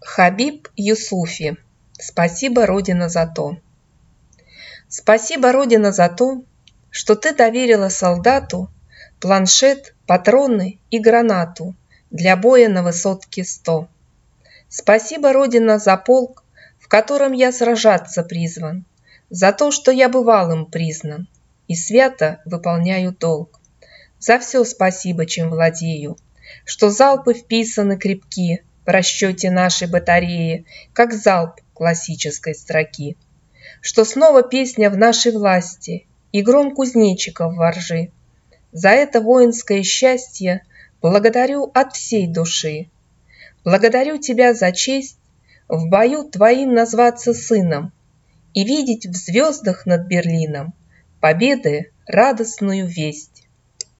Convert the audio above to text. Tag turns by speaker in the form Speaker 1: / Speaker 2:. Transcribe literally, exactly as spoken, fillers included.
Speaker 1: Хабиб Юсуфи. Спасибо, Родина, за то. Спасибо, Родина, за то, что ты доверила солдату планшет, патроны и гранату для боя на высотке сто. Спасибо, Родина, за полк, в котором я сражаться призван, за то, что я бывалым признан и свято выполняю долг. За все спасибо, чем владею, что залпы вписаны крепки в расчете нашей батареи, как залп классической строки, что снова песня в нашей власти и гром кузнечиков во ржи. За это воинское счастье благодарю от всей души. Благодарю тебя за честь в бою твоим назваться сыном и видеть в звездах над Берлином победы радостную весть.